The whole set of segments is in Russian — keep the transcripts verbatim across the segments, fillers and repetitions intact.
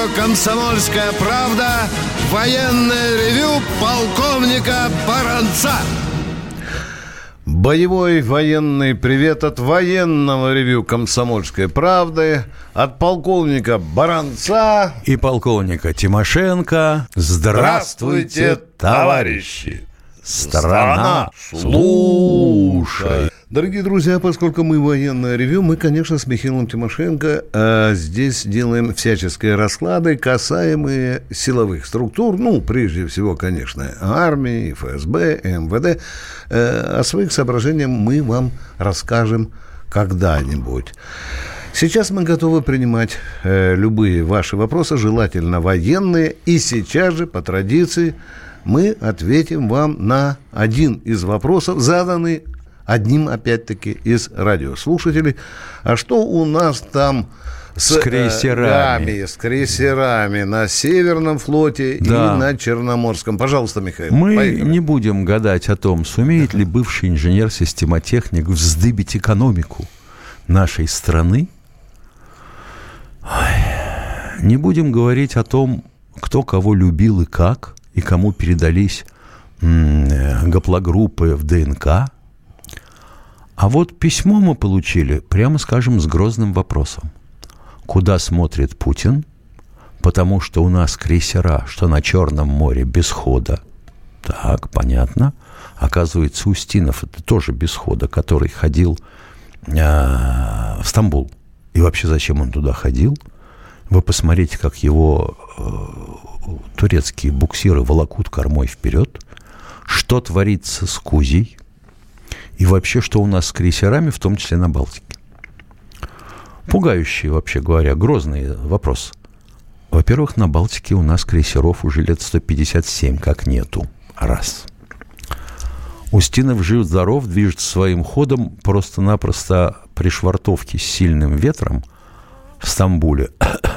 «Комсомольская правда». Военное ревю полковника Баранца. Боевой военный привет от военного ревю «Комсомольской правды», от полковника Баранца и полковника Тимошенко. Здравствуйте, товарищи! Страна, слушай! Дорогие друзья, поскольку мы военное ревю, мы, конечно, с Михаилом Тимошенко э, здесь делаем всяческие расклады, касаемые силовых структур, ну, прежде всего, конечно, армии, эф эс бэ, эм вэ дэ. Э, о своих соображениях мы вам расскажем когда-нибудь. Сейчас мы готовы принимать э, любые ваши вопросы, желательно военные, и сейчас же, по традиции, мы ответим вам на один из вопросов, заданный одним, опять-таки, из радиослушателей. А что у нас там с, с крейсерами? Э, с крейсерами на Северном флоте, да, и на Черноморском? Пожалуйста, Михаил. Мы поехали. Не будем гадать о том, сумеет ли бывший инженер-системотехник вздыбить экономику нашей страны. Ой. Не будем говорить о том, кто кого любил и как, и кому передались м- гаплогруппы в дэ эн ка. А вот письмо мы получили, прямо скажем, с грозным вопросом. Куда смотрит Путин? Потому что у нас крейсера, что на Черном море, без хода. Так, понятно. Оказывается, Устинов, это тоже без хода, который ходил э, в Стамбул. И вообще, зачем он туда ходил? Вы посмотрите, как его э, турецкие буксиры волокут кормой вперед. Что творится с Кузей? И вообще, что у нас с крейсерами, в том числе на Балтике? Пугающий, вообще говоря, грозный вопрос. Во-первых, на Балтике у нас крейсеров уже лет сто пятьдесят семь как нету. Раз. Устинов жив-здоров, движется своим ходом, просто-напросто при швартовке с сильным ветром в Стамбуле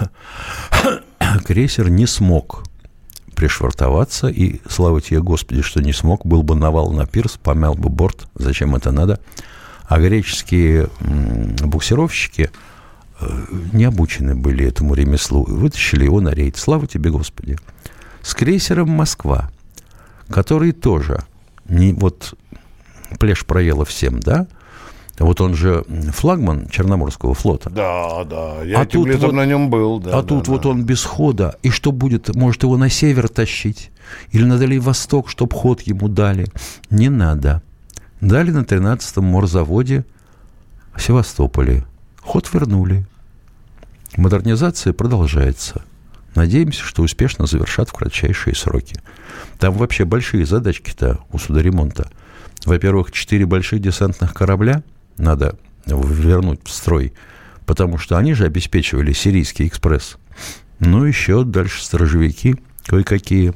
крейсер не смог пришвартоваться, и, слава тебе, Господи, что не смог, был бы навал на пирс, помял бы борт, зачем это надо. А греческие м- буксировщики э, не обучены были этому ремеслу, вытащили его на рейд, слава тебе, Господи. С крейсером «Москва», который тоже, не, вот, плешь проела всем, да? Вот он же флагман Черноморского флота. Да, да, я а этим летом вот, на нем был. Да, а да, тут да. вот он без хода. И что будет? Может, его на север тащить? Или на Дальний Восток, чтобы ход ему дали? Не надо. Дали на тринадцатом морзаводе в Севастополе. Ход вернули. Модернизация продолжается. Надеемся, что успешно завершат в кратчайшие сроки. Там вообще большие задачки-то у судоремонта. Во-первых, четыре больших десантных корабля надо вернуть в строй, потому что они же обеспечивали Сирийский экспресс. Ну, еще дальше сторожевики кое-какие.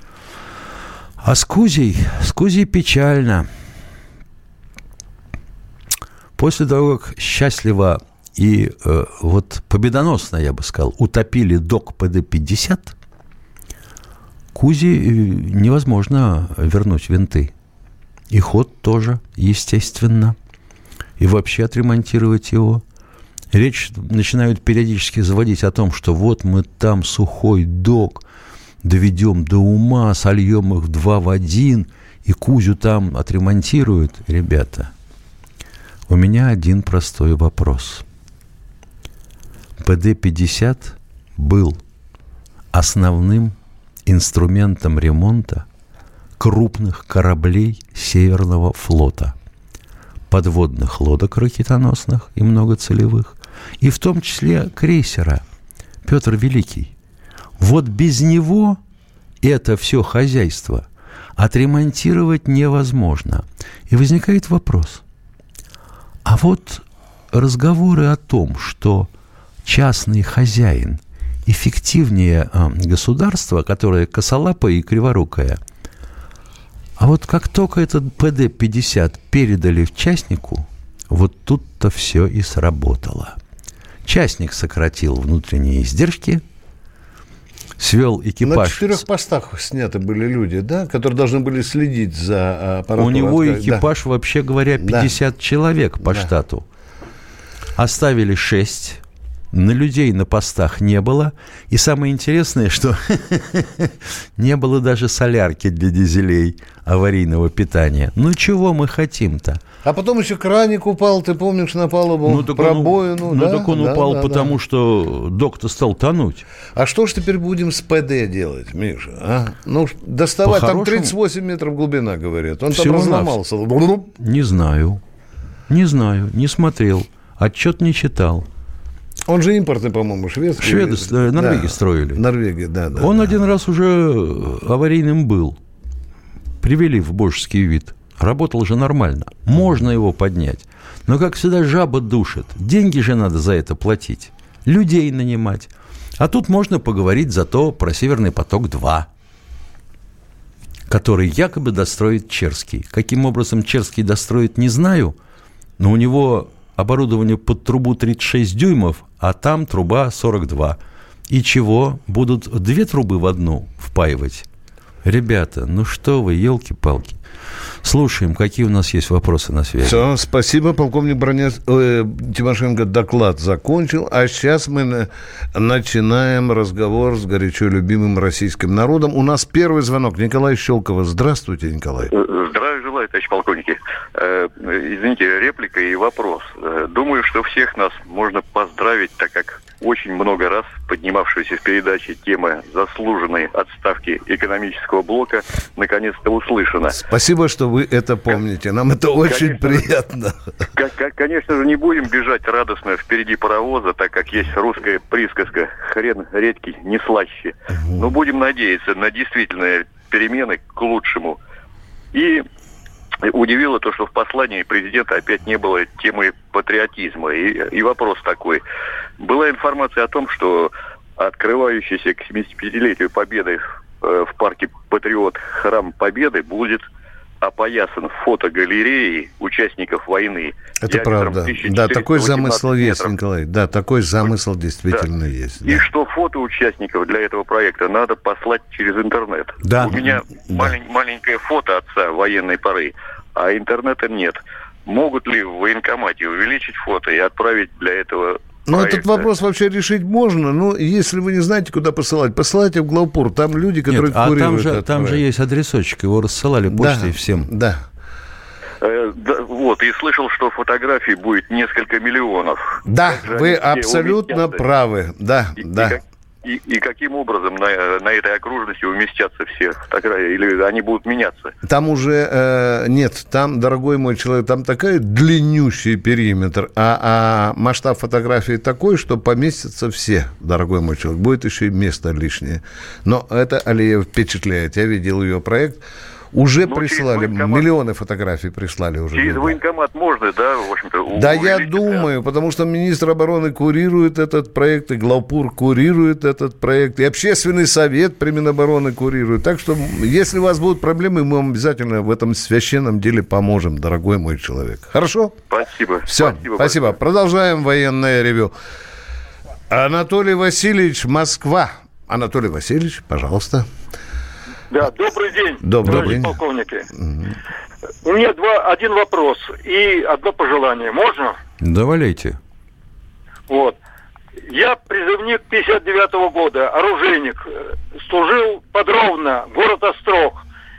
А с Кузей, с Кузей печально. После того, как счастливо и э, вот победоносно, я бы сказал, утопили док пэ дэ пятьдесят, Кузе невозможно вернуть винты. И ход тоже, естественно. И вообще отремонтировать его. Речь начинают периодически заводить о том, что вот мы там сухой док доведем до ума, сольем их два в один, и Кузю там отремонтируют. Ребята, у меня один простой вопрос. пэ дэ пятьдесят был основным инструментом ремонта крупных кораблей Северного флота, подводных лодок ракетоносных и многоцелевых, и в том числе крейсера Петр Великий. Вот без него это все хозяйство отремонтировать невозможно. И возникает вопрос. А вот разговоры о том, что частный хозяин эффективнее государства, которое косолапое и криворукое, а вот как только этот пэ дэ пятьдесят передали в частнику, вот тут-то все и сработало. Частник сократил внутренние издержки, свел экипаж... На четырех постах сняты были люди, да, которые должны были следить за аппаратурой. У него экипаж, да, вообще говоря, пятьдесят да. человек по да. штату. Оставили шесть на людей на постах не было. И самое интересное, что не было даже солярки для дизелей аварийного питания. Ну, чего мы хотим-то? А потом еще краник упал, ты помнишь, на палубу, ну, так пробоину. Он, да? Ну, так он да, упал, да, потому да. что док-то стал тонуть. А что ж теперь будем с ПД делать, Миша? А? Ну, доставать, там тридцать восемь метров глубина, говорят. Он там разломался. Не знаю. Не знаю, не смотрел. Отчет не читал. Он же импортный, по-моему, шведский. Шведы, Норвегии да, строили. Норвегия, да, да. Он да. один раз уже аварийным был. Привели в божеский вид. Работал же нормально. Можно его поднять. Но, как всегда, жаба душит. Деньги же надо за это платить. Людей нанимать. А тут можно поговорить зато про «Северный поток-два», который якобы достроит Черский. Каким образом Черский достроит, не знаю. Но у него оборудование под трубу тридцать шесть дюймов, а там труба сорок два. И чего? Будут две трубы в одну впаивать? Ребята, ну что вы, елки-палки. Слушаем, какие у нас есть вопросы на связи. Все, спасибо, полковник Бронец... э, Тимошенко доклад закончил, а сейчас мы на... начинаем разговор с горячо любимым российским народом. У нас первый звонок. Николай Щелкова. Здравствуйте, Николай. Здравия желаю, товарищ полковники. Э, извините, реплика и вопрос. Э, думаю, что всех нас можно поздравить, так как очень много раз поднимавшаяся в передаче тема заслуженной отставки экономического блока наконец-то услышана. Спасибо, что вы это помните. Нам это очень конечно, приятно. Как, как, конечно же, не будем бежать радостно впереди паровоза, так как есть русская присказка «хрен редкий, не слаще». Угу. Но будем надеяться на действительные перемены к лучшему. И удивило то, что в послании президента опять не было темы патриотизма. И, и вопрос такой. Была информация о том, что открывающийся к семидесятипятилетию Победы в парке «Патриот» храм Победы будет опоясан фотогалереей участников войны. Это правда. Да, такой замысел есть, метров. Николай. Да, такой замысел действительно да. есть. Да. И что фото участников для этого проекта надо послать через интернет. Да. У меня да. малень, маленькое фото отца военной поры, а интернета нет. Могут ли в военкомате увеличить фото и отправить для этого Ну, проекта? этот вопрос вообще решить можно, но если вы не знаете, куда посылать, посылайте в главпур. Там люди, которые Нет, а курируют там же, этот там же есть адресочек, его рассылали почтой да, всем. Да. Э, да. Вот, и слышал, что фотографий будет несколько миллионов. Да, вы абсолютно правы. Да, и, да. И, как, и, и каким образом на, на этой окружности уместятся все фотографии? Или они будут меняться? Там уже э, нет, там, дорогой мой человек, там такой длиннющий периметр, а, а масштаб фотографии такой, что поместятся все, дорогой мой человек. Будет еще и место лишнее. Но это Алиева впечатляет. Я видел ее проект. Уже ну, прислали, миллионы фотографий прислали уже. Через военкомат можно, да, в общем-то, да, я думаю, потому что министр обороны курирует этот проект, и главпур курирует этот проект, и общественный совет при Минобороны курирует. Так что, если у вас будут проблемы, мы вам обязательно в этом священном деле поможем, дорогой мой человек. Хорошо? Спасибо. Все, спасибо. спасибо. Продолжаем военное ревю. Анатолий Васильевич, Москва. Анатолий Васильевич, пожалуйста. Да, добрый день, добрый день, полковники. Угу. У меня два, один вопрос и одно пожелание. Можно? Да, валяйте. Вот. Я призывник пятьдесят девятого года, оружейник. Служил под Ровно, город Острог.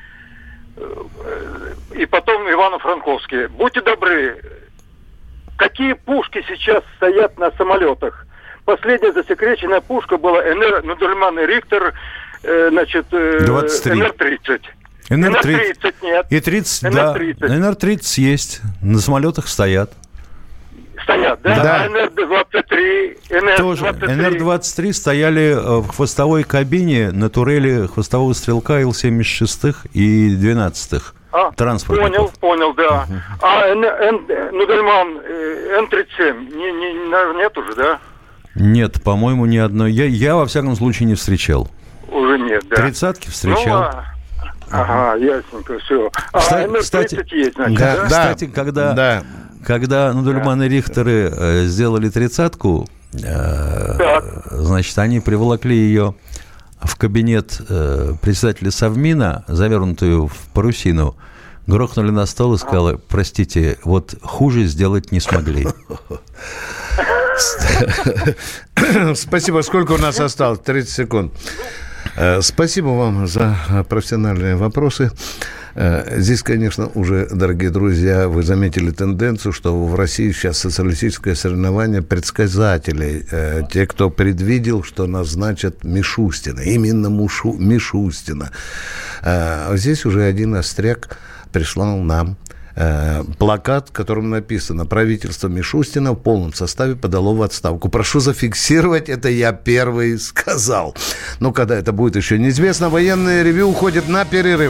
И потом Ивано-Франковский. Будьте добры, какие пушки сейчас стоят на самолетах? Последняя засекреченная пушка была эн эр Нудельман и Риктор, значит, двадцать три. эн эр тридцать. эн эр тридцать. эн эр тридцать нет. И тридцать, эн эр тридцать. Да. эн эр тридцать есть. На самолетах стоят. Стоят, да? Да. А эн эр двадцать три, эн эр тоже. эн эр двадцать три стояли в хвостовой кабине на турели хвостового стрелка ил семьдесят шестых и двенадцатых. А, понял, понял, да. Угу. А эн, эн, Нудельман эн тридцать семь не, не, наверное, нет уже, да? Нет, по-моему, ни одной. Я, я, во всяком случае, не встречал. Уже нет, да. Тридцатки встречал. Ну, а... Ага, ясненько, все. А кстати, эн эр тридцать кстати, есть, значит, да, да? Кстати, когда, да. когда Нудельман и Рихтеры э, сделали тридцатку, э, значит, они приволокли ее в кабинет э, председателя Совмина, завернутую в парусину, грохнули на стол и сказали: простите, вот хуже сделать не смогли. Спасибо. Сколько у нас осталось? тридцать секунд. Спасибо вам за профессиональные вопросы. Здесь, конечно, уже, дорогие друзья, вы заметили тенденцию, что в России сейчас социалистическое соревнование предсказателей. Те, кто предвидел, что назначат Мишустина. Именно Мушу, Мишустина. Здесь уже один остряк прислал нам плакат, в котором написано: правительство Мишустина в полном составе подало в отставку. Прошу зафиксировать, это я первый сказал. Но когда это будет, еще неизвестно. Военное ревью уходит на перерыв.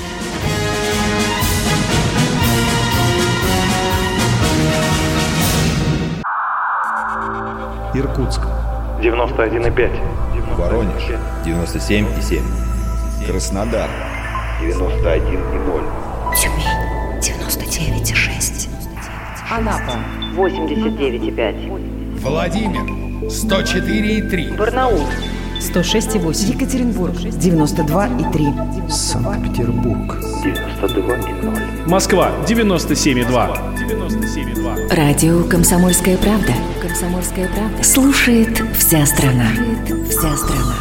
Иркутск девяносто один и пять, Воронеж девяносто семь и семь, Краснодар девяносто один и ноль, Тюмень девяносто девять и шесть, Анапа восемьдесят девять и пять, Владимир сто четыре и три, Барнаул сто шесть и восемь, Екатеринбург девяносто два и три, Санкт-Петербург девяносто два и ноль, Москва девяносто семь и два. Радио «Комсомольская правда». «Комсомольская правда». Слушает вся страна. Слушает вся страна.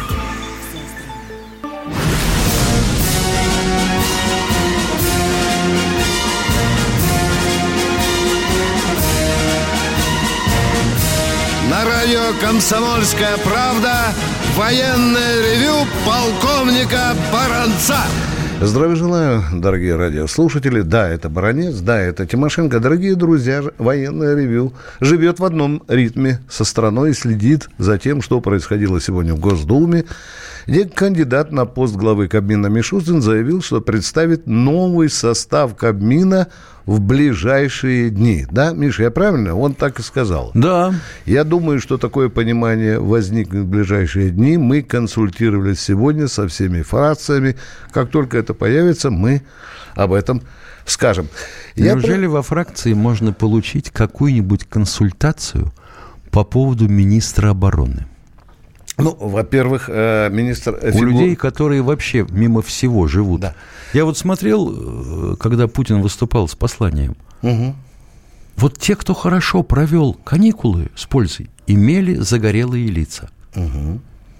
На радио «Комсомольская правда» военное ревю полковника Баранца. Здравия желаю, дорогие радиослушатели. Да, это Баранец, да, это Тимошенко. Дорогие друзья, военное ревю живет в одном ритме со страной и следит за тем, что происходило сегодня в Госдуме, где кандидат на пост главы Кабмина Мишустин заявил, что представит новый состав Кабмина в ближайшие дни. Да, Миша, я правильно? Он так и сказал. Да. Я думаю, что такое понимание возникнет в ближайшие дни. Мы консультировались сегодня со всеми фракциями. Как только это появится, мы об этом скажем. Неужели Я... во фракции можно получить какую-нибудь консультацию по поводу министра обороны? Ну, во-первых, министр... У фигур... людей, которые вообще мимо всего живут. Да. Я вот смотрел, когда Путин выступал с посланием. Угу. Вот те, кто хорошо провел каникулы с пользой, имели загорелые лица. Угу.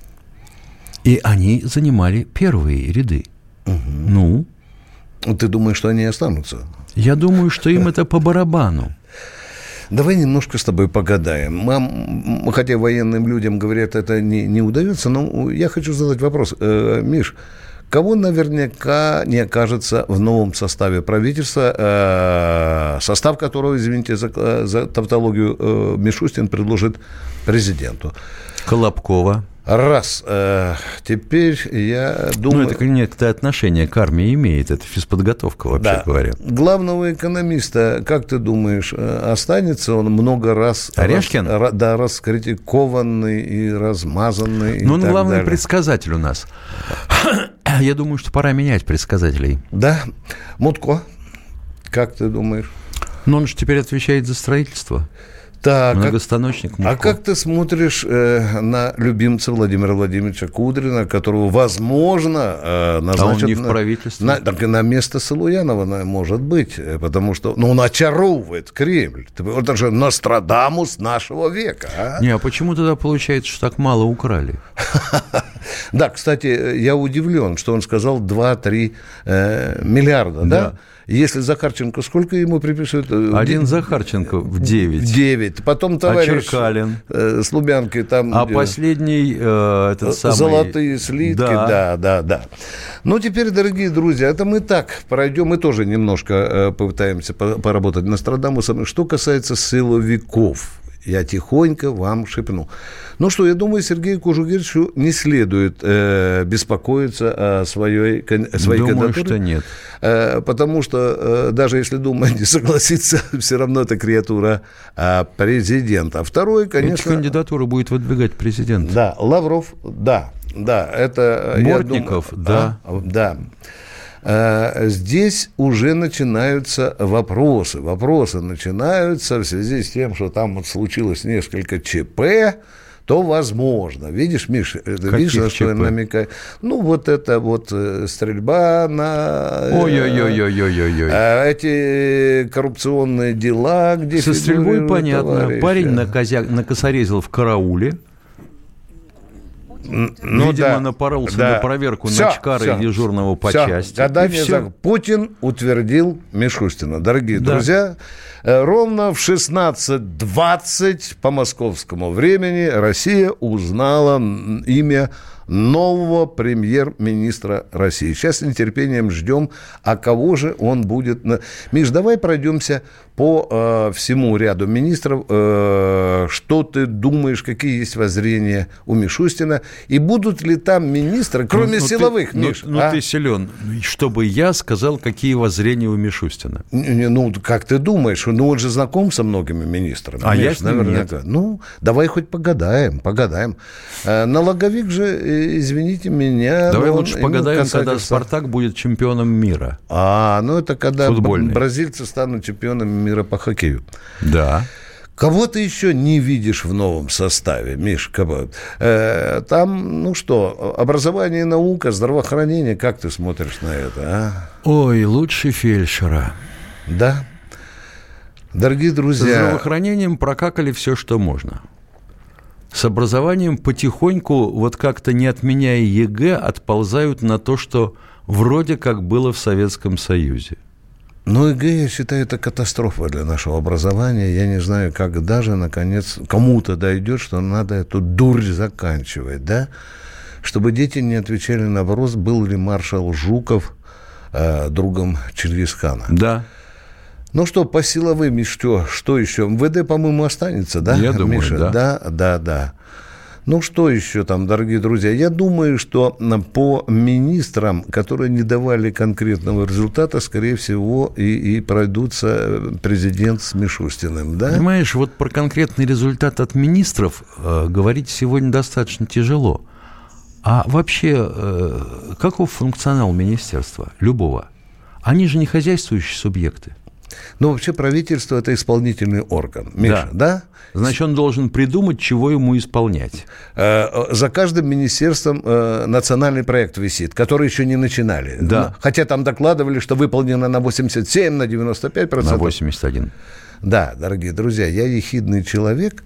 И они занимали первые ряды. Угу. Ну? Ты думаешь, что они останутся? Я думаю, что им это по барабану. Давай немножко с тобой погадаем. Мам, хотя военным людям, говорят, это не, не удается, но я хочу задать вопрос. Э, Миш, кого наверняка не окажется в новом составе правительства, э, состав которого, извините за, за тавтологию, э, Мишустин предложит президенту? Колобкова. Раз. Э, теперь я думаю... Ну, это некоторое отношение к армии имеет. Это физподготовка, вообще да. говоря. Главного экономиста, как ты думаешь, останется он много раз... Орешкин? Раз, да, раскритикованный и размазанный. Ну, и он главный далее. предсказатель у нас. Я думаю, что пора менять предсказателей. Да. Мутко, как ты думаешь? Но он же теперь отвечает за строительство. Так, многостаночник. Мутко. А как ты смотришь э, на любимца Владимира Владимировича Кудрина, которого, возможно, э, назначат... А он не в правительстве? На, так и на место Салуянова, может быть, потому что... Ну, он очаровывает Кремль. Это же Нострадамус нашего века. А? Не, а почему тогда получается, что так мало украли? Да, кстати, я удивлен, что он сказал два-три миллиарда, да? Если Захарченко, сколько ему приписывают? Один Захарченко в девять. В девять. Потом товарищ... А Черкалин? Э, с Лубянкой там... А последний э, этот самый... Золотые слитки, да. да, да, да. Ну, теперь, дорогие друзья, это мы так пройдем, мы тоже немножко э, попытаемся поработать Нострадамусом. Что касается силовиков, я тихонько вам шепну. Ну что, я думаю, Сергею Кужугетовичу не следует э, беспокоиться о своей, своей думаю, кандидатуре. Что нет. Э, потому что э, даже если Дума не согласится, все равно это креатура э, президента. А второй, конечно... Эти кандидатуру будет выдвигать президент. Да, Лавров, да, да. Это, Бортников, думаю, да. А, да. Здесь уже начинаются вопросы. Вопросы начинаются в связи с тем, что там вот случилось несколько ЧП. то возможно. Видишь, Миша, видишь, на что я намекаю? Ну, вот это вот стрельба на... Ой-ой-ой-ой-ой-ой. Эти коррупционные дела, где... Со стрельбой понятно. Товарищи. Парень накозя... накосорезил в карауле. Ну, Видимо, да, напоролся да. на проверку все, начкара все, и дежурного по все. части. Гадание за... Путин утвердил Мишустина. Дорогие да. друзья, ровно в шестнадцать двадцать по московскому времени Россия узнала имя нового премьер-министра России. Сейчас с нетерпением ждем, а кого же он будет... Миш, давай пройдемся по э, всему ряду министров. Э, что ты думаешь, какие есть воззрения у Мишустина? И будут ли там министры, кроме ну, ну силовых, ты, Миш? Ну, ну а? ты силен. Чтобы я сказал, какие воззрения у Мишустина. Ну, как ты думаешь? Ну, он же знаком со многими министрами. А Миш, я с ним наверняка. нет. Ну, давай хоть погадаем, погадаем. Э, налоговик же... Извините меня. Давай лучше погадаем, когда «Спартак» будет чемпионом мира. А, ну это когда Футбольный. бразильцы станут чемпионами мира по хоккею. Да. Кого ты еще не видишь в новом составе, Миш? Кого? Э, там, ну что, образование и наука, здравоохранение, как ты смотришь на это, а? Ой, лучше фельдшера. Да. Дорогие друзья... С здравоохранением прокакали все, что можно. С образованием потихоньку, вот как-то не отменяя ЕГЭ, отползают на то, что вроде как было в Советском Союзе. Ну, ЕГЭ, я считаю, это катастрофа для нашего образования. Я не знаю, когда же, наконец, кому-то дойдет, что надо эту дурь заканчивать, да? Чтобы дети не отвечали на вопрос, был ли маршал Жуков э, другом Чингисхана. Да. Ну что, по силовым, что, что еще? МВД, по-моему, останется, да, Я думаю, Миша? да. Да, да, да. Ну, что еще там, дорогие друзья? Я думаю, что по министрам, которые не давали конкретного результата, скорее всего, и, и пройдутся президент с Мишустиным, да? Понимаешь, вот про конкретный результат от министров э, говорить сегодня достаточно тяжело. А вообще, э, каков функционал министерства? Любого. Они же не хозяйствующие субъекты. Ну, вообще правительство – это исполнительный орган. Миша, да? да? Значит, он должен придумать, чего ему исполнять. За каждым министерством национальный проект висит, который еще не начинали. Да. Хотя там докладывали, что выполнено на восемьдесят семь, на девяносто пять процентов. На восемьдесят один. Да, дорогие друзья, я ехидный человек.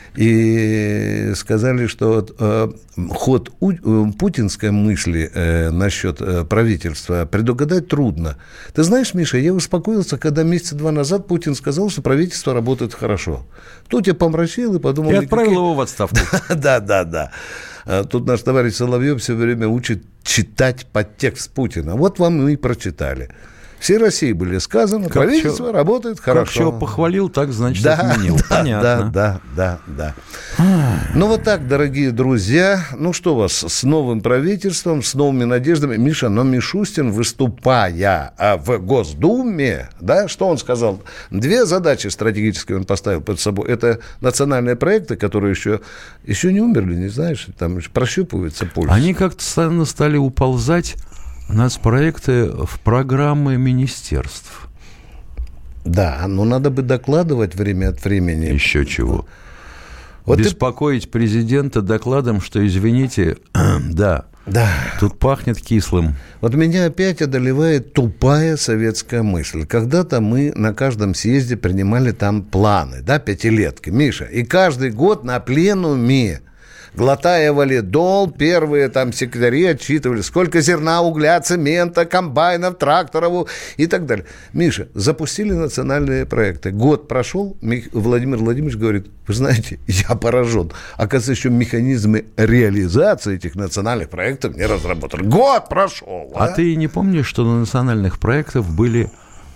И сказали, что э, ход у, э, путинской мысли э, насчет э, правительства предугадать трудно. Ты знаешь, Миша, я успокоился, когда месяца два назад Путин сказал, что правительство работает хорошо. Тут я помрачнел и подумал... И отправил его в отставку. Да, да, да. Тут наш товарищ Соловьев все время учит читать подтекст Путина. Вот вам и прочитали. Всей России были сказаны, как правительство чё, работает хорошо. Как чего похвалил, так, значит, да, отменил. Да, понятно. Да, да, да, да. Ну, вот так, дорогие друзья. Ну, что у вас с новым правительством, с новыми надеждами? Миша, но Мишустин, выступая в Госдуме, да, что он сказал? Две задачи стратегические он поставил перед собой. Это национальные проекты, которые еще, еще не умерли, не знаешь, там прощупывается пульс. Они как-то стали уползать... Нацпроекты в программы министерств. Да, но надо бы докладывать время от времени. Еще чего. Вот Беспокоить ты... президента докладом, что, извините, да, да, тут пахнет кислым. Вот меня опять одолевает тупая советская мысль. Когда-то мы на каждом съезде принимали там планы, да, пятилетки, Миша, и каждый год на пленуме, глотая валидол, первые там секретари отчитывали, сколько зерна, угля, цемента, комбайнов, тракторов и так далее. Миша, запустили национальные проекты. Год прошел, Владимир Владимирович говорит, вы знаете, я поражен. Оказывается, еще механизмы реализации этих национальных проектов не разработаны. Год прошел. А, а ты не помнишь, что на национальных проектах были...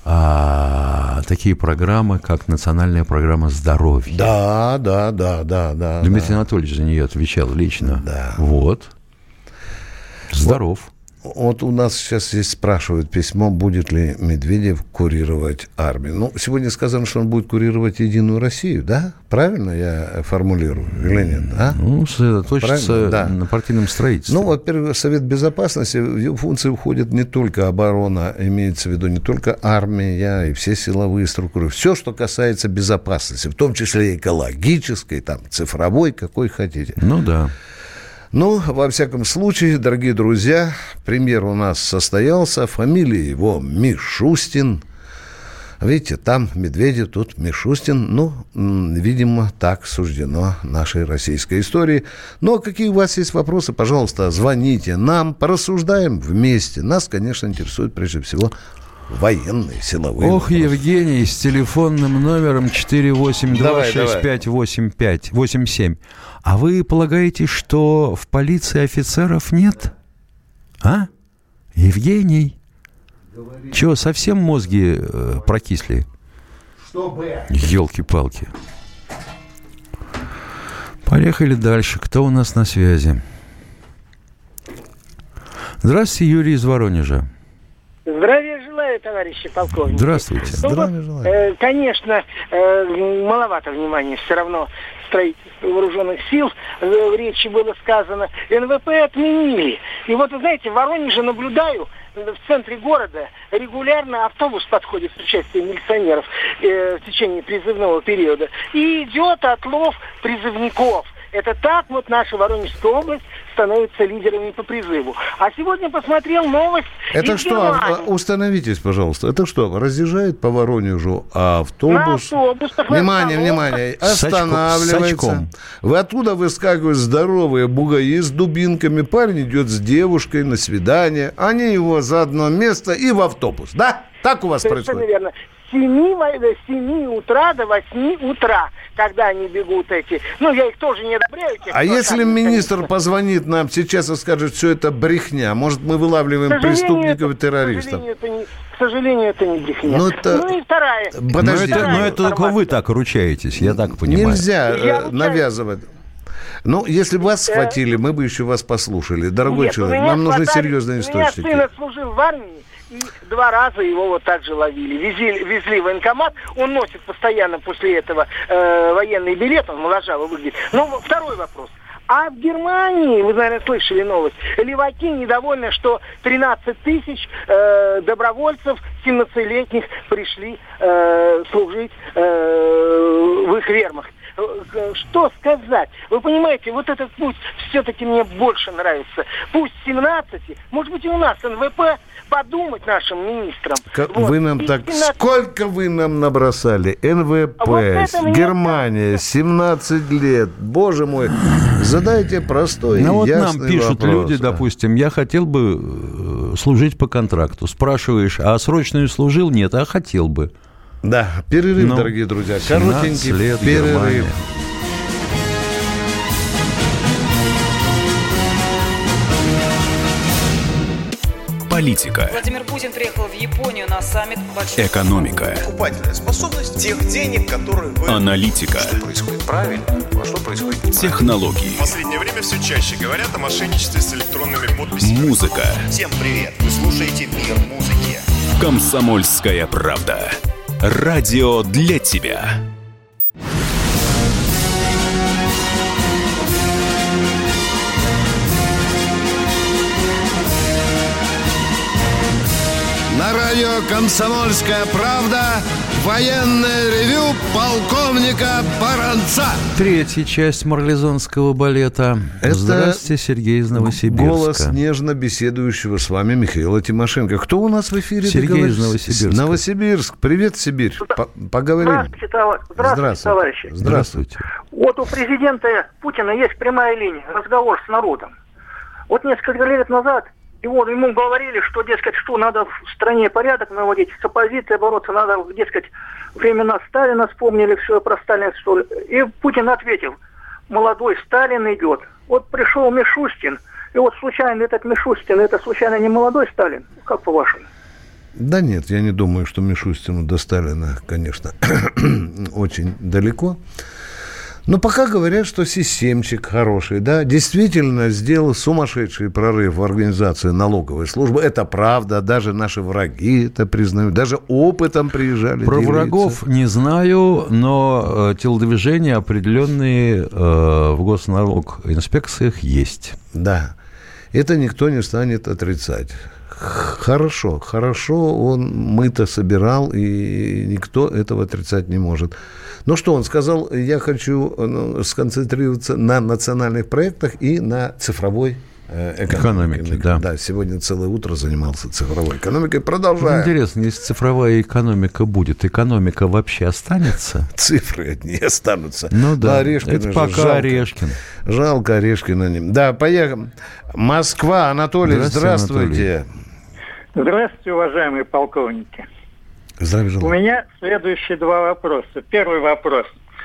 А, такие программы, как национальная программа здоровья. Да, да, да, да, да. Дмитрий да. Анатольевич за нее отвечал лично. Да. Вот. Здоров. Вот у нас сейчас здесь спрашивают письмо, будет ли Медведев курировать армию. Ну, сегодня сказано, что он будет курировать Единую Россию, да? Правильно я формулирую или нет? А? Ну, сосредоточиться да. на партийном строительстве. Ну, во-первых, Совет Безопасности, в его функции входит не только оборона, имеется в виду не только армия и все силовые структуры. Все, что касается безопасности, в том числе экологической, там, цифровой, какой хотите. Ну, да. Ну, во всяком случае, дорогие друзья, премьер у нас состоялся, фамилия его Мишустин. Видите, там Медведев, тут Мишустин. Ну, видимо, так суждено нашей российской истории. Но какие у вас есть вопросы, пожалуйста, звоните нам, порассуждаем вместе. Нас, конечно, интересует прежде всего военные, силовые Ох, вопросы. Евгений, с телефонным номером четыре восемь два шесть пять восемь пять восемь семь. А вы полагаете, что в полиции офицеров нет? А? Евгений? Чего, совсем мозги э, прокисли? Чтобы... Ёлки-палки. Поехали дальше. Кто у нас на связи? Здравствуйте, Юрий из Воронежа. Здравия желаю, товарищи полковники. Здравствуйте. Ну, Здравия желаю. Э, конечно, э, маловато внимания все равно строительству вооруженных сил. Э, в речи было сказано, эн вэ пэ отменили. И вот, вы знаете, в Воронеже наблюдаю, в центре города регулярно автобус подходит с участием милиционеров э, в течение призывного периода. И идет отлов призывников. Это так вот наша Воронежская область становится лидерами по призыву. А сегодня посмотрел новость. Это что? Германии. Установитесь, пожалуйста. Это что? Разъезжает по Воронежу автобус? На автобусах, Внимание, на внимание. С Останавливается. очком. Вы оттуда выскакивают здоровые бугаи с дубинками. Парень идет с девушкой на свидание. Они его за одно место и в автобус. Да? Так у вас Совершенно происходит? верно. С семи утра до восьми утра, когда они бегут эти. Ну, я их тоже не одобряю. Тех, А если там, министр конечно. позвонит нам сейчас и скажет, что это брехня, может, мы вылавливаем К сожалению, преступников и это- террористов? К сожалению, это не, к сожалению, это не брехня. Ну, это- Ну и вторая. Но Подождите. это, но это только вы так ручаетесь, я так понимаю. Нельзя Я э, ручаюсь. навязывать. Ну, если бы вас схватили, мы бы еще вас послушали. Дорогой Нет, человек, у меня нам нужны хватали- серьезные У меня источники. сын служил в армии, и два раза его вот так же ловили. Везли, везли в военкомат, он носит постоянно после этого э, военный билет, он моложаво выглядит. Но второй вопрос. А в Германии, вы, наверное, слышали новость, леваки недовольны, что тринадцать тысяч э, добровольцев семнадцатилетних пришли э, служить э, в их вермахт. Что сказать? Вы понимаете, вот этот путь все-таки мне больше нравится. Пусть семнадцать, может быть, и у нас эн вэ пэ подумать нашим министрам. Как Вот. вы нам И так... семнадцать Сколько вы нам набросали? эн вэ пэ, А вот это мне Германия, семнадцать лет. Боже мой, задайте простой и Ну вот ясный нам пишут вопрос. люди, допустим, я хотел бы э, служить по контракту. Спрашиваешь, а срочную служил? Нет, а хотел бы. Да, перерыв, Ну, дорогие друзья. семнадцать Коротенький лет, перерыв. Германия. Политика. Владимир Путин приехал в Японию на саммит большой... Экономика. Покупательная способность тех денег, которые вы... Аналитика. Что происходит правильно, а что происходит неправильно. Технологии. В последнее время все чаще говорят о мошенничестве с электронными подписями. Музыка. Всем привет! Вы слушаете «Мир музыки». Комсомольская правда. Радио для тебя. На радио «Комсомольская правда» военное ревю полковника Баранца. Третья часть марлезонского балета. Это Здравствуйте, Сергей из Новосибирска. Голос нежно беседующего с вами Михаила Тимошенко. Кто у нас в эфире? Сергей из Новосибирска. Новосибирск. Привет, Сибирь. По- Поговорим. Здравствуйте, товар... Здравствуйте, товарищи. Здравствуйте. Вот у президента Путина есть прямая линия, разговор с народом. Вот несколько лет назад его, ему говорили, что, дескать, что надо в стране порядок наводить, с оппозицией бороться, надо, дескать, времена Сталина вспомнили, все про Сталина, что ли. И Путин ответил, молодой Сталин идет. Вот пришел Мишустин, и вот случайно этот Мишустин, это случайно не молодой Сталин? Как по-вашему? Да нет, я не думаю, что Мишустину до Сталина, конечно, очень далеко. Но пока говорят, что системчик хороший, да, действительно сделал сумасшедший прорыв в организации налоговой службы. Это правда, даже наши враги это признают, даже опытом приезжали. Про делиться. Врагов не знаю, но э, телодвижения определенные э, в госналогинспекциях есть. Да, это никто не станет отрицать. Хорошо, хорошо, он мы-то собирал, и никто этого отрицать не может. Ну что, он сказал, я хочу ну, сконцентрироваться на национальных проектах и на цифровой э, экономике. Экономике, да. Да, сегодня целое утро занимался цифровой экономикой. Продолжаем. Интересно, если цифровая экономика будет, экономика вообще останется? Цифры не останутся. Ну да, Орешкина это пока жалко. Орешкин. Жалко Орешкина. Да, поехали. Москва, Анатолий, здравствуйте. Здравствуйте, здравствуйте, уважаемые полковники. Здравия желаю. У меня следующие два вопроса. Первый вопрос.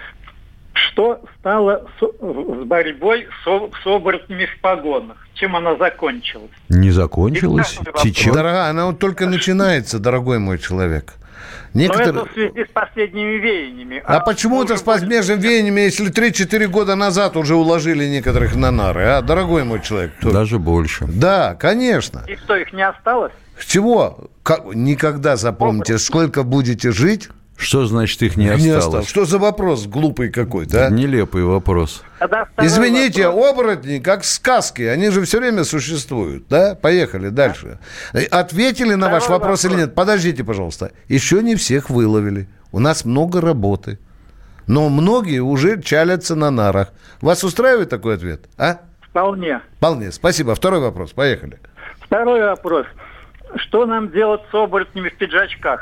Что стало с, с борьбой с, с оборотнями в погонах? Чем она закончилась? Не закончилась, течет. Дорогая, она вот только начинается, дорогой мой человек. Некоторые... Но это в связи с последними веяниями. А, а почему это с последними веяниями, если три-четыре года назад уже уложили некоторых на нары, а, дорогой мой человек? Кто... Даже больше. Да, конечно. И что, их не осталось? Чего? Как... Никогда запомните, сколько будете жить... Что значит их не, не осталось? осталось? Что за вопрос глупый какой-то, а? Нелепый вопрос. Извините, вопрос. оборотни, как сказки, они же все время существуют, да? Поехали дальше. Ответили на Второй ваш вопрос, вопрос или нет? Подождите, пожалуйста. Еще не всех выловили. У нас много работы. Но многие уже чалятся на нарах. Вас устраивает такой ответ, а? Вполне. Вполне. Спасибо. Второй вопрос. Поехали. Второй вопрос. Что нам делать с оборотнями в пиджачках?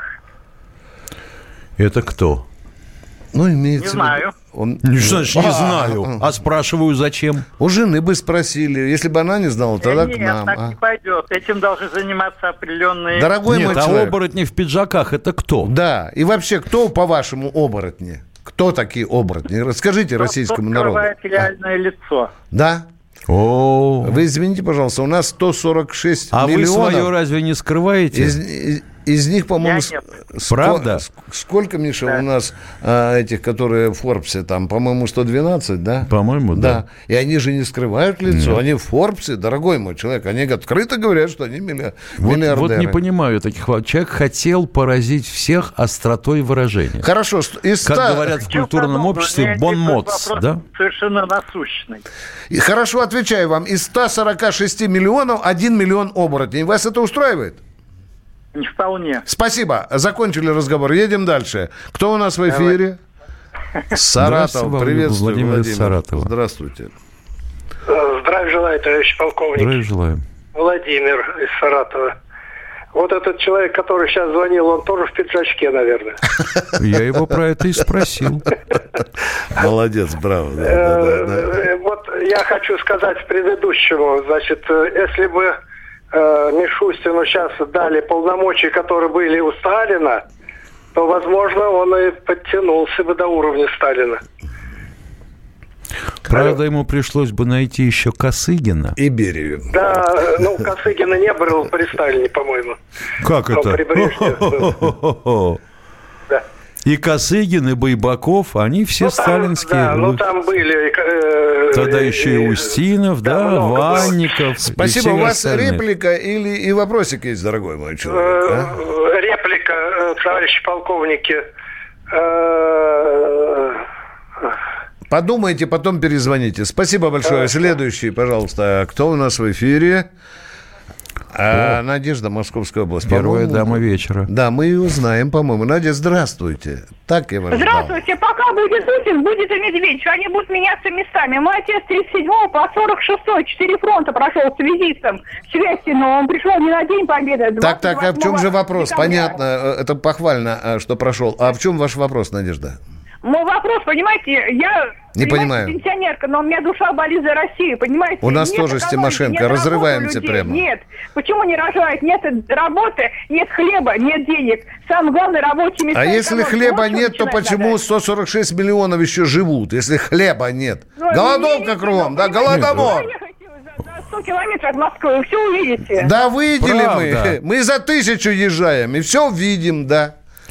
Это кто? Ну, имеется не знаю. Он... Не, значит, не а, знаю. А спрашиваю, зачем? У жены бы спросили. Если бы она не знала, тогда Нет, к нам. так а? не пойдет. Этим должны заниматься определенные... Дорогой Нет, мой а человек. оборотни в пиджаках это кто? Да. И вообще, кто, по-вашему, оборотни? Кто такие оборотни? Расскажите кто, российскому кто народу. скрывает реальное а? лицо. Да? О, вы извините, пожалуйста, у нас сто сорок шесть а миллионов. А вы свое разве не скрываете? Из, из, из них, по-моему, ск- правда? Сколько, Миша, да. у нас а, этих, которые в Форбсе, там, по-моему, сто двенадцать, да? По-моему, да. да. И они же не скрывают лицо, Нет. они в Форбсе, дорогой мой человек, они открыто говорят, что они милли... вот, миллиардеры. Вот не понимаю таких. Человек хотел поразить всех остротой выражения. Хорошо, из ста... Как говорят в культурном обществе, бон-моц, да? Совершенно насущный. И хорошо, отвечаю вам, из ста сорока шести миллионов один миллион оборотней. Вас это устраивает? Не вполне. Спасибо. Закончили разговор. Едем дальше. Кто у нас в эфире? Давай. Саратов. Приветствую, Владимир. Владимир. Саратова. Здравствуйте. Здравия желаю, товарищ полковник. Здравия желаю. Владимир из Саратова. Вот этот человек, который сейчас звонил, он тоже в пиджачке, наверное. Я его про это и спросил. Молодец, браво. Вот я хочу сказать предыдущему, значит, если бы Мишустину сейчас дали полномочия, которые были у Сталина, то, возможно, он и подтянулся бы до уровня Сталина. Правда, ему пришлось бы найти еще Косыгина. И Берию. Да, ну, Косыгина не было при Сталине, по-моему. Как Но это? при Брежневе был. Да. И Косыгин, и Байбаков, они все ну, там, сталинские. Да, ну там были... Э, Тогда еще и Устинов, да, да Ванников. Спасибо. У вас остальные. Реплика или и вопросик есть, дорогой мой человек? Э, а? Реплика, товарищи полковники. Э, Подумайте, потом перезвоните. Спасибо большое. Следующий, пожалуйста. Кто у нас в эфире? А, Надежда, Московская область. Первая дама вечера. Да, мы ее знаем, по-моему. Надя, здравствуйте. Так я вас Здравствуйте. ждал. Пока будет Путин, будет и Медведев. Они будут меняться местами. Мой отец тридцать седьмого по сорок шестой. Четыре фронта прошел связистом. Связью, он пришел не на День Победы. Так, так, а в чем же вопрос? Декабря. Понятно, это похвально, что прошел. А в чем ваш вопрос, Надежда? Мой вопрос, понимаете, я... Не понимаю. Пенсионерка, но у меня душа болит за Россию, понимаете? У нас нет тоже с Тимошенко, разрываемся прямо. Нет, почему не рожают? Нет работы, нет хлеба, нет денег. Самое главное, рабочие места. А если хлеба нет, то почему надо? сто сорок шесть миллионов еще живут, если хлеба нет? Ну, голодовка кругом, да, голодомор. сто километров от Москвы, вы все увидите. Да, видели мы. Мы за тысячу езжаем, и все видим, да.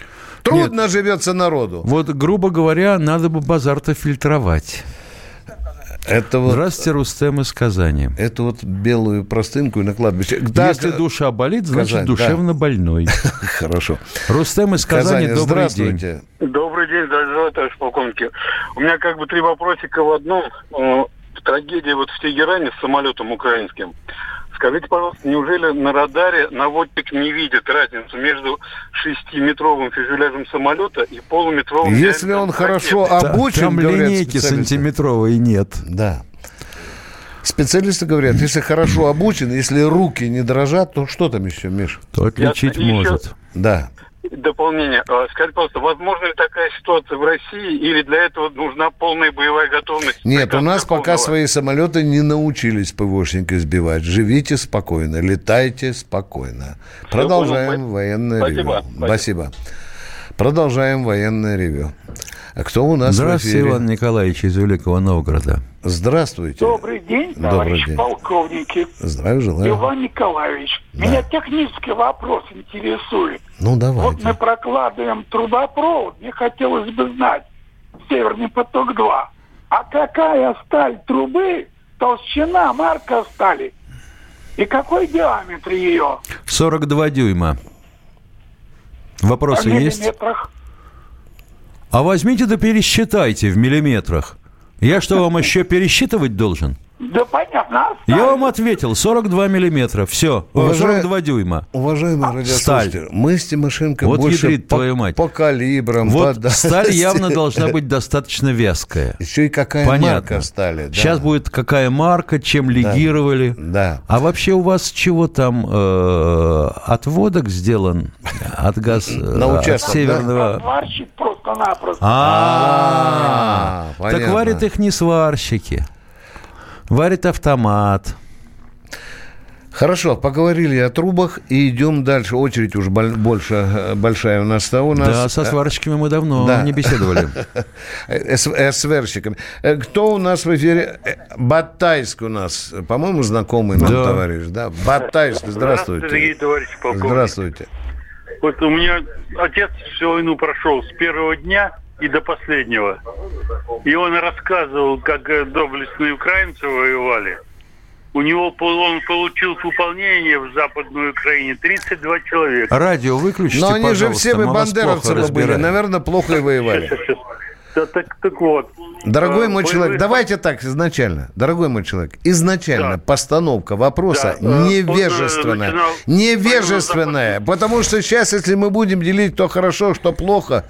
Трудно Нет. живется народу. Вот, грубо говоря, надо бы базар-то фильтровать. Это вот, Здравствуйте, Рустем из Казани. Это вот белую простынку и на кладбище. Да, Если к... душа болит, значит, Казань, душевно да. больной. Хорошо. Рустем из Казани, Казани добрый день. Добрый день, товарищ полковник. У меня как бы три вопросика в одном. Трагедия вот в Тегеране с самолетом украинским. Скажите, пожалуйста, неужели на радаре наводчик не видит разницу между шестиметровым фюзеляжем самолета и полуметровым... Если он хорошо обучен, там линейки сантиметровые нет. Да. Специалисты говорят, если хорошо обучен, если руки не дрожат, то что там еще, Миш? То отличить Я, может. Еще... Да. Дополнение. Скажите, пожалуйста, возможно ли такая ситуация в России, или для этого нужна полная боевая готовность? Нет, у нас пока полного... свои самолеты не научились ПВОшника сбивать. Живите спокойно, летайте спокойно. Все Продолжаем понял. военное Спасибо. ревю. Спасибо. Спасибо. Продолжаем военное ревю. А кто у нас Здравствуйте, в эфире? Иван Николаевич из Великого Новгорода. Здравствуйте. Добрый день, Добрый товарищ день. полковники. Здравия желаю. Иван Николаевич, да. меня технический вопрос интересует. Ну, давайте. Вот мы прокладываем трубопровод, мне хотелось бы знать, Северный поток-два. А какая сталь трубы, толщина, марка стали? И какой диаметр ее? сорок два дюйма. Вопросы а есть? Миллиметрах? А возьмите да пересчитайте в миллиметрах. Я что, вам еще пересчитывать должен? Да понятно. Я вам ответил, сорок два миллиметра. Все, Уважай... сорок два дюйма. Уважаемый радиослушатель, мы с Тимошенко вот больше по, твою мать. по калибрам. Вот по... сталь явно должна быть достаточно вязкая. Еще и какая Понятно. марка стали. Да. Сейчас будет какая марка, чем легировали. Да. да. А вообще у вас чего там э, отводок сделан от газ от северного? Сварщик просто-напросто. А, так варят их не сварщики. Варит автомат. Хорошо, поговорили о трубах и идем дальше. Очередь уж больше, большая у нас. У нас... Да, со сварщиками мы давно да. не беседовали. С сварщиками. Кто у нас в эфире? Батайск у нас. По-моему, знакомый нам да. товарищ. Да? Батайск, здравствуйте. Здравствуйте, товарищ полковник. Здравствуйте. Вот у меня отец всю войну прошел с первого дня и до последнего. И он рассказывал, как доблестные украинцы воевали. У него он получил выполнение в Западной Украине тридцать два человека. Радио выключите, Но они пожалуйста, же все вы бандеровцы были. Наверное, плохо и воевали. Сейчас, сейчас. Да, так, так вот. Дорогой мой человек, давайте так изначально. Дорогой мой человек, изначально да. постановка вопроса да. невежественная. Начинал... Невежественная. Потому что сейчас, если мы будем делить, то хорошо, что плохо,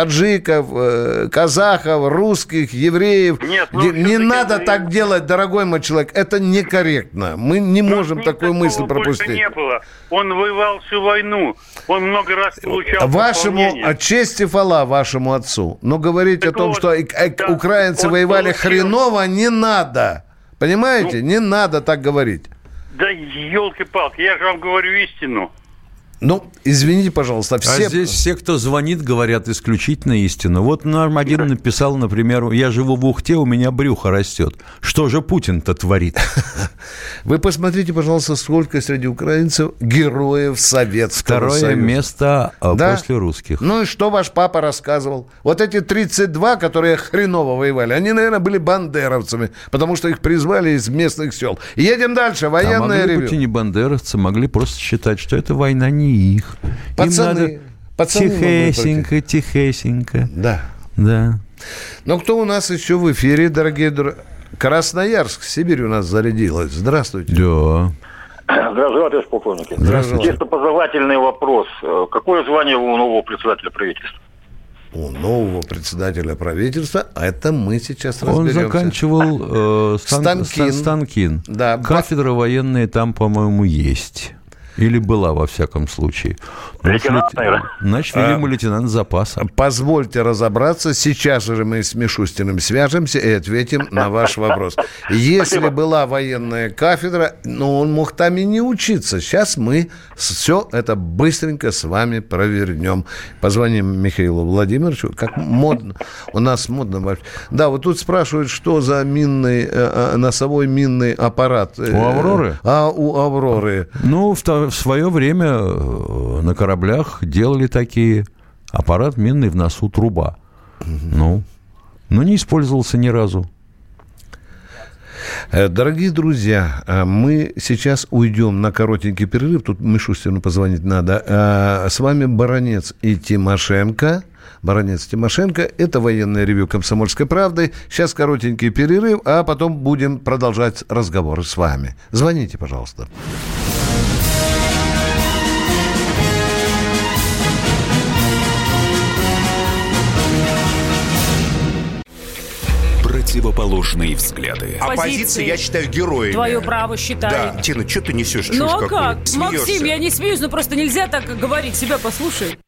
таджиков, казахов, русских, евреев. Нет, ну, не надо это... так делать, дорогой мой человек. Это некорректно. Мы не Но можем такую мысль пропустить. Не было. Он воевал всю войну. Он много раз получал Вашему честь и хвала вашему отцу. Но говорить так о том, вот, что да, украинцы воевали получил... хреново, не надо. Понимаете? Ну, не надо так говорить. Да елки-палки, я же вам говорю истину. Ну, извините, пожалуйста, все... А здесь все, кто звонит, говорят исключительно истину. Вот нам один написал, например, я живу в Ухте, у меня брюхо растет. Что же Путин-то творит? Вы посмотрите, пожалуйста, сколько среди украинцев героев Советского Союза. Второе место да? после русских. Ну и что ваш папа рассказывал? Вот эти тридцать два, которые хреново воевали, они, наверное, были бандеровцами, потому что их призвали из местных сел. Едем дальше, военное а ревю. могли быть и не бандеровцы, могли просто считать, что это война не их. Пацаны, Им надо пацаны тихесенько, тихесенько. Да. Да. Ну, кто у нас еще в эфире, дорогие друзья? Красноярск, Сибирь у нас зарядилась. Здравствуйте. Да. Здравствуйте, товарищ полковник. Здравствуйте. Чисто познавательный вопрос. Какое звание у нового председателя правительства? У нового председателя правительства, а это мы сейчас разберемся. Он заканчивал э, стан, Станкин. Станкин. Да. Кафедра военная там, по-моему, есть. Или была, во всяком случае. Лейтенант, наверное. Значит, видимо, а, лейтенант запаса. Позвольте разобраться. Сейчас же мы с Мишустиным свяжемся и ответим на ваш вопрос. Если Спасибо. была военная кафедра, но он мог там и не учиться. Сейчас мы все это быстренько с вами провернем. Позвоним Михаилу Владимировичу. Как модно. У нас модно. Да, вот тут спрашивают, что за минный, э, носовой минный аппарат. У «Авроры»? А у «Авроры». Ну, в, в свое время на кораблях делали такие аппарат минный в носу, труба. Ну, но не использовался ни разу. Дорогие друзья, мы сейчас уйдем на коротенький перерыв. Тут Мишустину позвонить надо. С вами Баранец и Тимошенко. Баранец Тимошенко. Это военное ревью «Комсомольской правды». Сейчас коротенький перерыв, а потом будем продолжать разговор с вами. Звоните, пожалуйста. Противоположные взгляды. Оппозиция, я считаю, героями. Твое право считай. Да, Тина, что ты несешь? Ну а как? Максим, я не смеюсь, но просто нельзя так говорить. Себя послушай.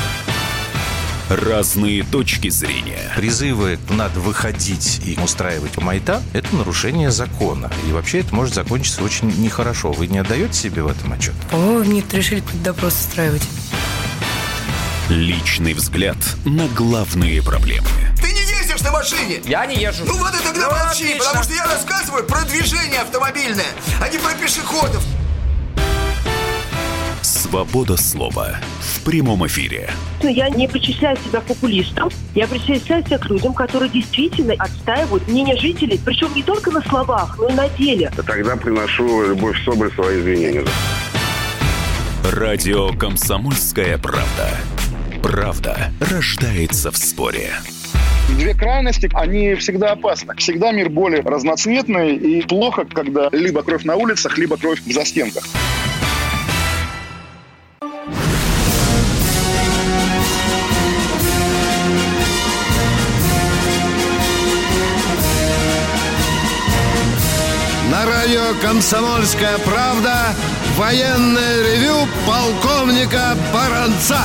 Разные точки зрения. Призывы «надо выходить и устраивать майдан» — это нарушение закона. И вообще это может закончиться очень нехорошо. Вы не отдаете себе в этом отчет? О, нет, решили какой-то допрос устраивать. Личный взгляд на главные проблемы. Ты не ездишь на машине? Я не езжу. Ну вот и тогда ну, молчи, отлично. потому что я рассказываю про движение автомобильное, а не про пешеходов. Свобода слова в прямом эфире. Я не причисляю себя к популистам. Я причисляю себя к людям, которые действительно отстаивают мнение жителей. Причем не только на словах, но и на деле. Тогда приношу Любовь Соболь свои извинения. Радио «Комсомольская правда». Правда рождается в споре. Две крайности, они всегда опасны. Всегда мир более разноцветный, и плохо, когда либо кровь на улицах, либо кровь в застенках. На радио «Комсомольская правда» военное ревю полковника Баранца.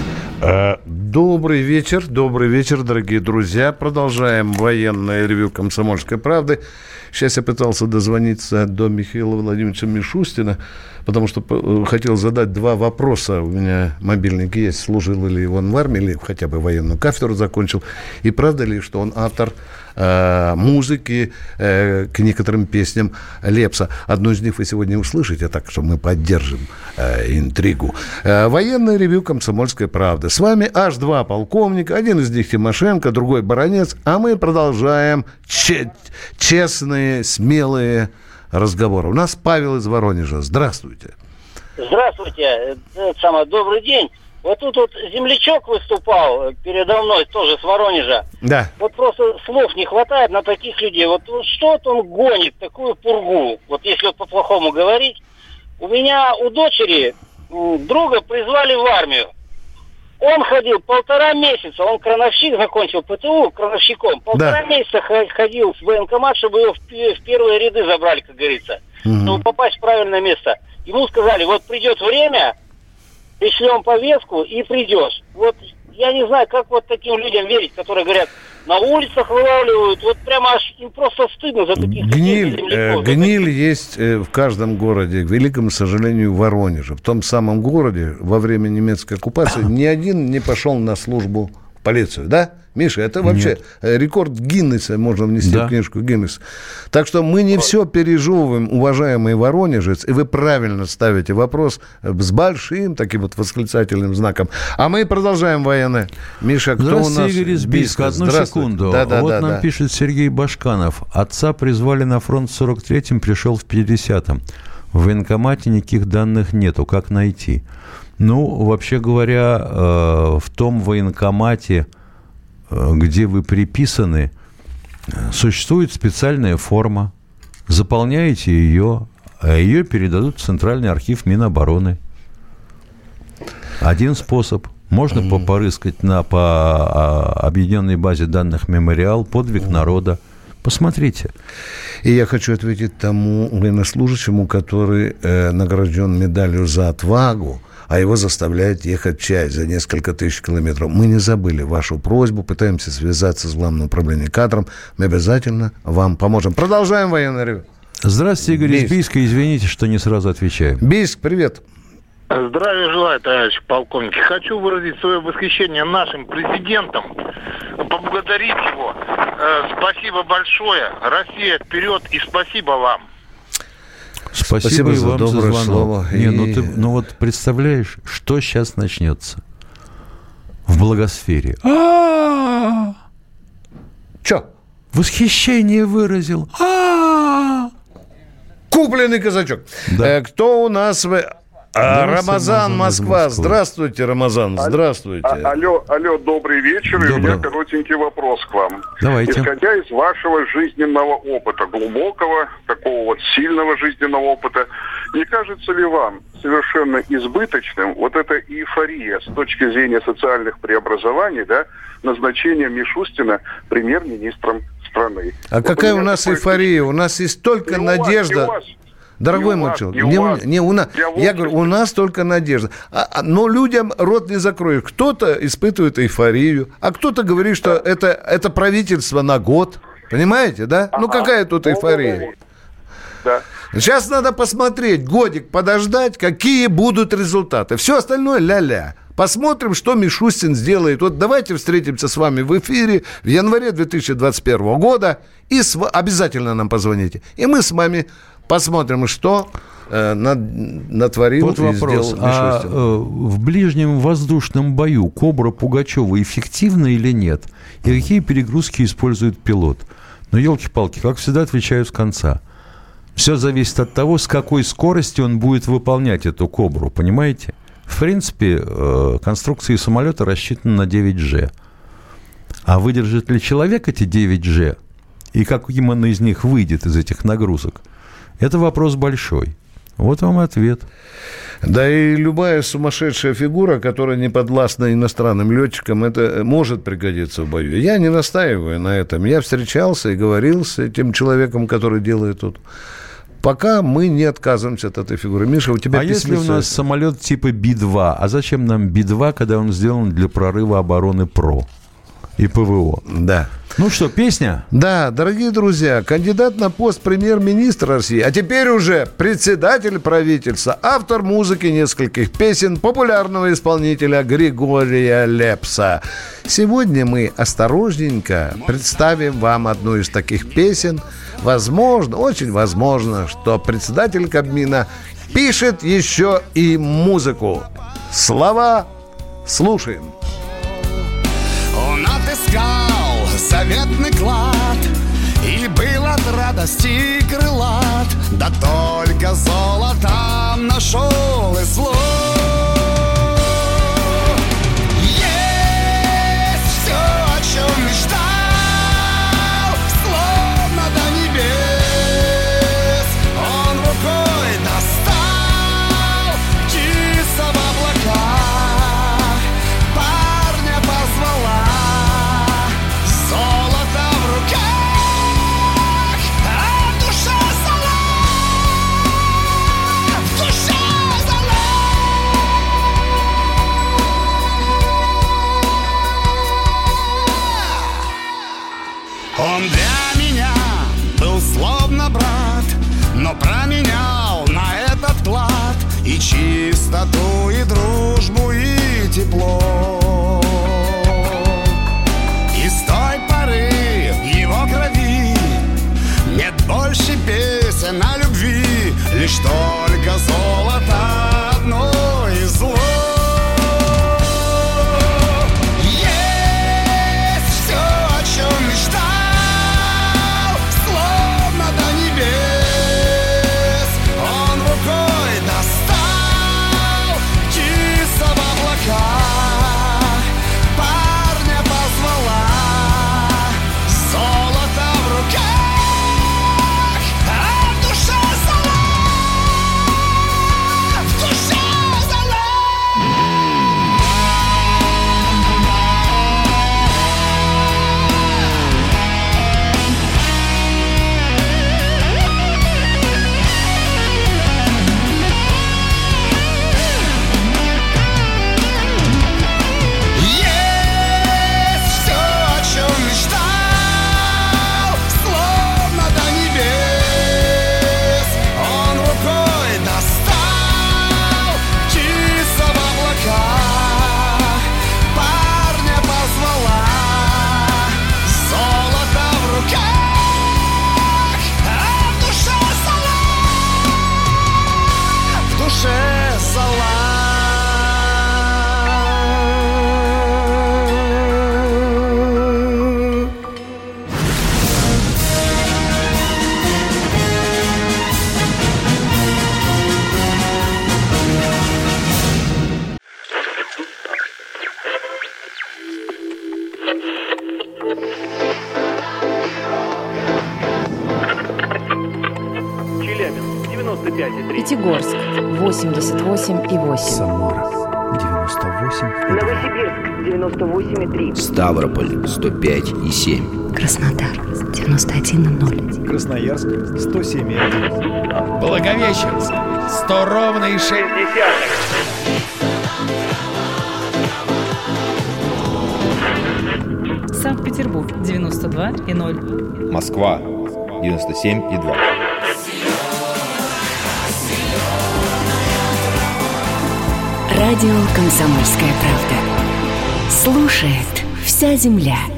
Добрый вечер, добрый вечер, дорогие друзья. Продолжаем военное ревью «Комсомольской правды». Сейчас я пытался дозвониться до Михаила Владимировича Мишустина, потому что хотел задать два вопроса. У меня мобильник есть, служил ли он в армии, или хотя бы военную кафедру закончил. И правда ли, что он автор э, музыки э, к некоторым песням Лепса? Одну из них вы сегодня услышите, так что мы поддержим э, интригу. Э, военное ревью «Комсомольской правды». С вами аж два полковника. Один из них Тимошенко, другой Баранец. А мы продолжаем че- честные, смелые разговоры. У нас Павел из Воронежа. Здравствуйте. Здравствуйте. Самый добрый день. Вот тут вот землячок выступал передо мной, тоже с Воронежа. Да. Вот просто слов не хватает на таких людей. Вот, вот что-то он гонит, такую пургу. Вот если вот по-плохому говорить. У меня, у дочери друга призвали в армию. Он ходил полтора месяца, он крановщик, закончил ПТУ крановщиком. Полтора да. месяца ходил в военкомат, чтобы его в первые ряды забрали, как говорится. Угу. Чтобы попасть в правильное место. Ему сказали, вот придет время, пришлем повестку и придешь. Вот я не знаю, как вот таким людям верить, которые говорят, на улицах вылавливают, вот прямо аж им просто стыдно за таких гниль, людей. Э, гниль есть э, в каждом городе, к великому сожалению, в Воронеже. В том самом городе во время немецкой оккупации ни один не пошел на службу в полицию, да? Миша, это вообще Нет. рекорд Гиннесса, можно внести да. в книжку Гиннесса. Так что мы не вот. все пережевываем, уважаемый воронежец, и вы правильно ставите вопрос с большим таким вот восклицательным знаком. А мы продолжаем военное. Миша, кто у нас? Игорь из Бийска. Одну секунду. Да, да, вот да, нам да. пишет Сергей Башканов. Отца призвали на фронт в сорок третьем, пришел в пятидесятом. В военкомате никаких данных нету. Как найти? Ну, вообще говоря, в том военкомате, где вы приписаны, существует специальная форма. Заполняете ее, а ее передадут в Центральный архив Минобороны. Один способ. Можно mm-hmm. порыскать на, по объединенной базе данных «Мемориал», «Подвиг mm-hmm. народа». Посмотрите. И я хочу ответить тому военнослужащему, который э, награжден медалью за отвагу, а его заставляют ехать в часть за несколько тысяч километров. Мы не забыли вашу просьбу, пытаемся связаться с Главным управлением кадром. Мы обязательно вам поможем. Продолжаем военное ревью. Здравствуйте, Игорь из Бийска. Извините, что не сразу отвечаем. Бийск, привет. Здравия желаю, товарищ полковник. Хочу выразить свое восхищение нашим президентом, поблагодарить его. Спасибо большое. Россия вперед, и спасибо вам. Спасибо, Спасибо за вам доброе за слово. Не, и... ну, ты, ну вот представляешь, что сейчас начнется? В в благосфере. А-а-а! Чё? Восхищение выразил. А-а-а! Купленный казачок. Да. Кто у нас... А, Рамазан, Москва. Здравствуйте, Рамазан, здравствуйте. А, алло, алло, добрый вечер. Добрый. И у меня коротенький вопрос к вам. Давайте. Исходя из вашего жизненного опыта, глубокого, такого вот сильного жизненного опыта, не кажется ли вам совершенно избыточным вот эта эйфория с точки зрения социальных преобразований, да, назначение Мишустина премьер-министром страны? А вот какая у, у нас такой... эйфория? У нас есть только не надежда... У вас, не у вас. Дорогой не мальчик, не, не, у у, не у нас. Я, я говорю, у нас только надежда. А, а, но людям рот не закроешь. Кто-то испытывает эйфорию, а кто-то говорит, что это, это правительство на год. Понимаете, да? Ага. Ну, какая тут эйфория? Да. Сейчас надо посмотреть, годик подождать, какие будут результаты. Все остальное ля-ля. Посмотрим, что Мишустин сделает. Вот давайте встретимся с вами в эфире в январе две тысячи двадцать первого года. И с... обязательно нам позвоните. И мы с вами посмотрим, что э, над... натворил вот и вопрос. сделал Мишустин. А, э, в ближнем воздушном бою Кобра Пугачева эффективна или нет? И какие перегрузки использует пилот? Ну, елки-палки, как всегда, отвечаю с конца. Все зависит от того, с какой скоростью он будет выполнять эту Кобру, понимаете? В принципе, конструкция самолета рассчитана на девять джи. А выдержит ли человек эти девять джи? И как именно из них выйдет, из этих нагрузок? Это вопрос большой. Вот вам ответ. Да и любая сумасшедшая фигура, которая не подвластна иностранным летчикам, это может пригодиться в бою. Я не настаиваю на этом. Я встречался и говорил с этим человеком, который делает тут. Пока мы не отказываемся от этой фигуры. Миша, у тебя А если у нас самолет типа Би два? А зачем нам Би два, когда он сделан для прорыва обороны ПРО и ПВО? Да. Ну что, песня? Да, дорогие друзья, кандидат на пост премьер-министра России, а теперь уже председатель правительства, автор музыки нескольких песен популярного исполнителя Григория Лепса. Сегодня мы осторожненько представим вам одну из таких песен. Возможно, очень возможно, что председатель Кабмина пишет еще и музыку. Слова слушаем. Он отыскал заветный клад и был от радости крылат, да только золотом нашел и зло. Есть все, о чем мечтал. Он для меня был словно брат, но променял на этот клад и чистоту, и дружбу, и тепло. И с той поры в его крови нет больше песен о любви, лишь только золото одно и зло. Пятигорск восемьдесят восемь и восемь. Самара девяносто восемь. Новосибирск девяносто восемь и три. Ставрополь сто пять и семь. Краснодар девяносто один и ноль. Красноярск сто семь и один. Благовещенск сто ровно и шесть десятых. Санкт-Петербург девяносто два и ноль. Москва девяносто семь и два. Радио «Комсомольская правда». Слушает вся земля.